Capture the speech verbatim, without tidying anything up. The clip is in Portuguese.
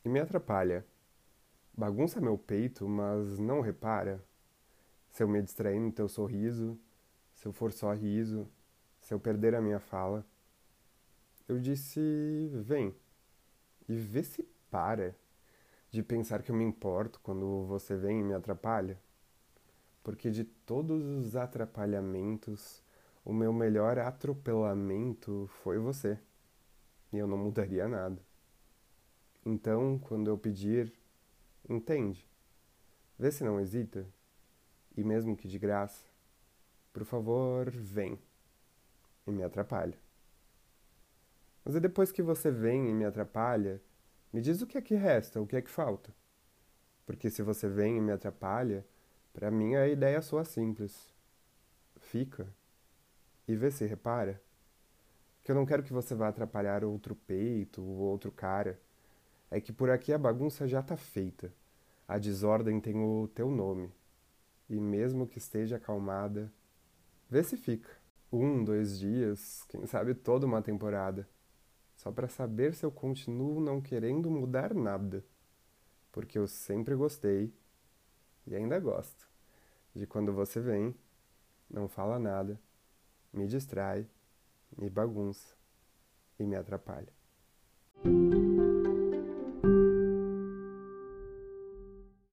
me atrapalha. Bagunça meu peito, mas não repara. Se eu me distrair no teu sorriso, se eu for só riso, se eu perder a minha fala. Eu disse, vem, e vê se para de pensar que eu me importo quando você vem e me atrapalha. Porque de todos os atrapalhamentos, o meu melhor atropelamento foi você. E eu não mudaria nada. Então, quando eu pedir, entende. Vê se não hesita. E mesmo que de graça, por favor, vem e me atrapalha. Mas é depois que você vem e me atrapalha, me diz o que é que resta, o que é que falta. Porque se você vem e me atrapalha, para mim a ideia soa simples. Fica e vê se repara. Que eu não quero que você vá atrapalhar outro peito ou outro cara. É que por aqui a bagunça já tá feita. A desordem tem o teu nome. E mesmo que esteja acalmada, vê se fica. Um, dois dias, quem sabe toda uma temporada. Só pra saber se eu continuo não querendo mudar nada. Porque eu sempre gostei, e ainda gosto, de quando você vem, não fala nada, me distrai, me bagunça e me atrapalha.